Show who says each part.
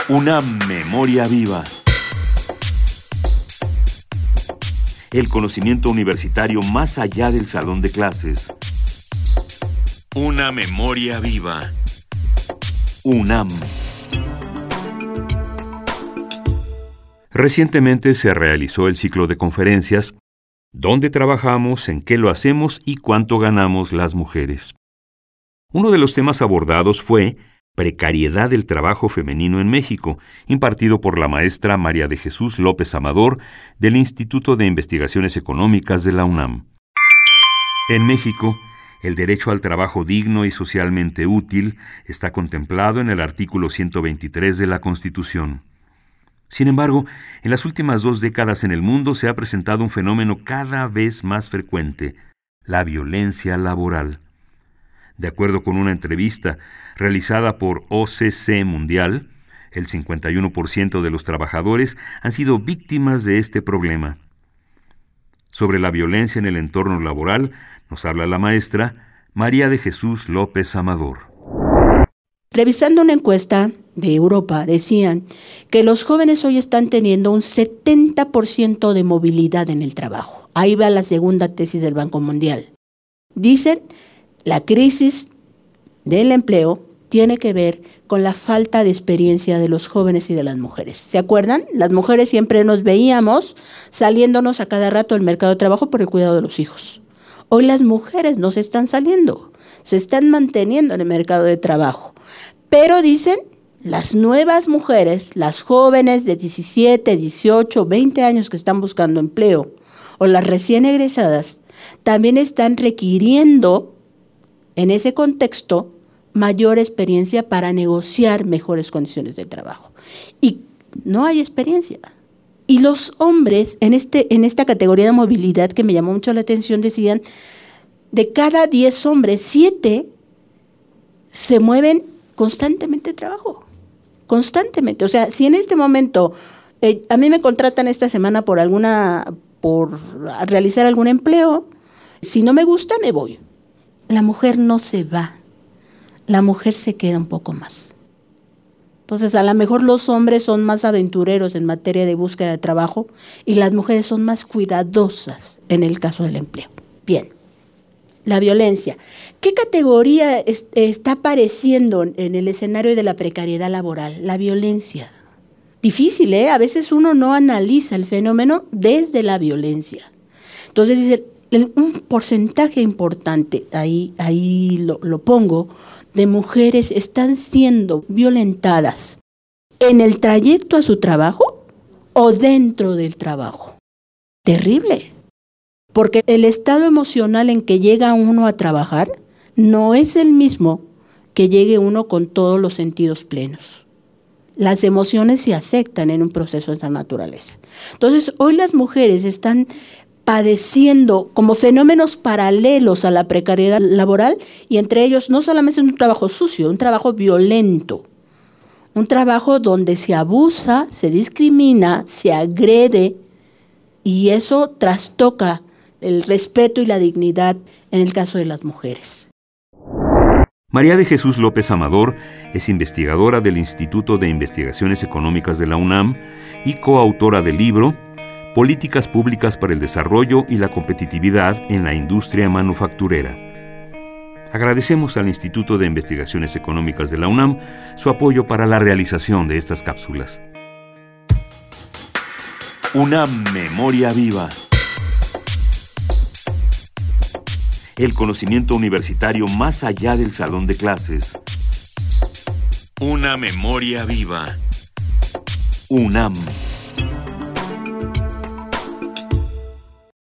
Speaker 1: Una memoria viva. El conocimiento universitario más allá del salón de clases. Una memoria viva. UNAM. Recientemente se realizó el ciclo de conferencias ¿Dónde trabajamos, en qué lo hacemos y cuánto ganamos las mujeres? Uno de los temas abordados fue Precariedad del trabajo femenino en México, impartido por la maestra María de Jesús López Amador del Instituto de Investigaciones Económicas de la UNAM. En México, el derecho al trabajo digno y socialmente útil está contemplado en el artículo 123 de la Constitución. Sin embargo, en las últimas 2 décadas en el mundo se ha presentado un fenómeno cada vez más frecuente, la violencia laboral. De acuerdo con una entrevista realizada por OCC Mundial, el 51% de los trabajadores han sido víctimas de este problema. Sobre la violencia en el entorno laboral, nos habla la maestra María de Jesús López Amador.
Speaker 2: Revisando una encuesta de Europa, decían que los jóvenes hoy están teniendo un 70% de movilidad en el trabajo. Ahí va la segunda tesis del Banco Mundial. Dicen, la crisis del empleo tiene que ver con la falta de experiencia de los jóvenes y de las mujeres. ¿Se acuerdan? Las mujeres siempre nos veíamos saliéndonos a cada rato del mercado de trabajo por el cuidado de los hijos. Hoy las mujeres no se están saliendo, se están manteniendo en el mercado de trabajo. Pero dicen, las nuevas mujeres, las jóvenes de 17, 18, 20 años que están buscando empleo, o las recién egresadas, también están requiriendo en ese contexto mayor experiencia para negociar mejores condiciones de trabajo. Y no hay experiencia. Y los hombres en esta categoría de movilidad que me llamó mucho la atención decían, de cada 10 hombres, 7 se mueven constantemente de trabajo. Constantemente. O sea, si en este momento a mí me contratan esta semana por realizar algún empleo, si no me gusta me voy. La mujer no se va, la mujer se queda un poco más. Entonces, a lo mejor los hombres son más aventureros en materia de búsqueda de trabajo y las mujeres son más cuidadosas en el caso del empleo. Bien, la violencia. ¿Qué categoría está apareciendo en el escenario de la precariedad laboral? La violencia. Difícil, ¿eh? A veces uno no analiza el fenómeno desde la violencia. Entonces, dice, un porcentaje importante, ahí lo pongo, de mujeres están siendo violentadas en el trayecto a su trabajo o dentro del trabajo. Terrible, porque el estado emocional en que llega uno a trabajar no es el mismo que llegue uno con todos los sentidos plenos. Las emociones se afectan en un proceso de esta naturaleza. Entonces, hoy las mujeres están padeciendo como fenómenos paralelos a la precariedad laboral y entre ellos no solamente es un trabajo sucio, un trabajo violento, un trabajo donde se abusa, se discrimina, se agrede y eso trastoca el respeto y la dignidad en el caso de las mujeres.
Speaker 1: María de Jesús López Amador es investigadora del Instituto de Investigaciones Económicas de la UNAM y coautora del libro Políticas Públicas para el Desarrollo y la Competitividad en la Industria Manufacturera. Agradecemos al Instituto de Investigaciones Económicas de la UNAM su apoyo para la realización de estas cápsulas. Una memoria viva. El conocimiento universitario más allá del salón de clases. Una memoria viva. UNAM.